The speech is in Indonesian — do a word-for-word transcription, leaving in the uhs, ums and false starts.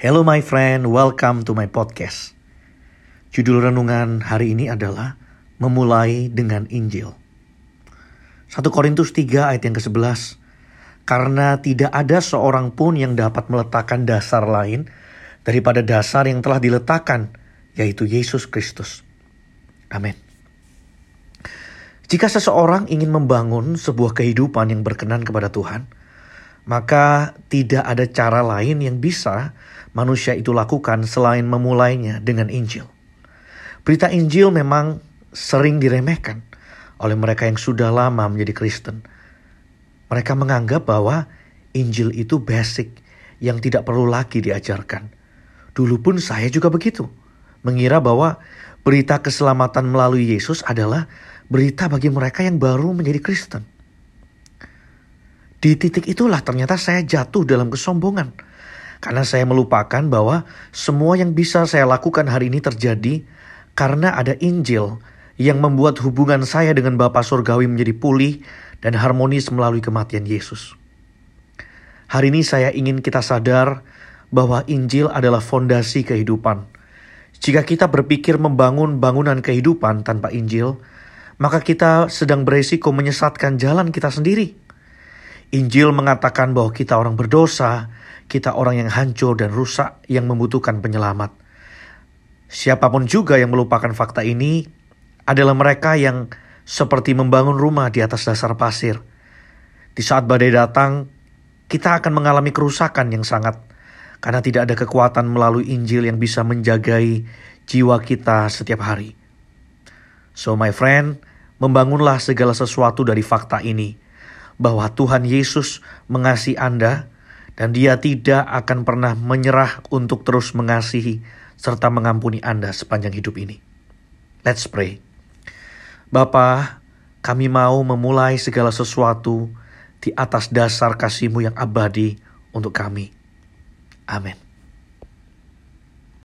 Hello my friend, welcome to my podcast. Judul renungan hari ini adalah Memulai dengan Injil. satu Korintus tiga ayat yang kesebelas. Karena tidak ada seorang pun yang dapat meletakkan dasar lain daripada dasar yang telah diletakkan, yaitu Yesus Kristus. Amin. Jika seseorang ingin membangun sebuah kehidupan yang berkenan kepada Tuhan, maka tidak ada cara lain yang bisa manusia itu lakukan selain memulainya dengan Injil. Berita Injil memang sering diremehkan oleh mereka yang sudah lama menjadi Kristen. Mereka menganggap bahwa Injil itu basic yang tidak perlu lagi diajarkan. Dulu pun saya juga begitu, mengira bahwa berita keselamatan melalui Yesus adalah berita bagi mereka yang baru menjadi Kristen. Di titik itulah ternyata saya jatuh dalam kesombongan. Karena saya melupakan bahwa semua yang bisa saya lakukan hari ini terjadi karena ada Injil yang membuat hubungan saya dengan Bapa Surgawi menjadi pulih dan harmonis melalui kematian Yesus. Hari ini saya ingin kita sadar bahwa Injil adalah fondasi kehidupan. Jika kita berpikir membangun bangunan kehidupan tanpa Injil, maka kita sedang beresiko menyesatkan jalan kita sendiri. Injil mengatakan bahwa kita orang berdosa, kita orang yang hancur dan rusak yang membutuhkan penyelamat. Siapapun juga yang melupakan fakta ini adalah mereka yang seperti membangun rumah di atas dasar pasir. Di saat badai datang, kita akan mengalami kerusakan yang sangat, karena tidak ada kekuatan melalui Injil yang bisa menjagai jiwa kita setiap hari. So my friend, membangunlah segala sesuatu dari fakta ini, bahwa Tuhan Yesus mengasihi Anda dan Dia tidak akan pernah menyerah untuk terus mengasihi serta mengampuni Anda sepanjang hidup ini. Let's pray. Bapa, kami mau memulai segala sesuatu di atas dasar kasih-Mu yang abadi untuk kami. Amin.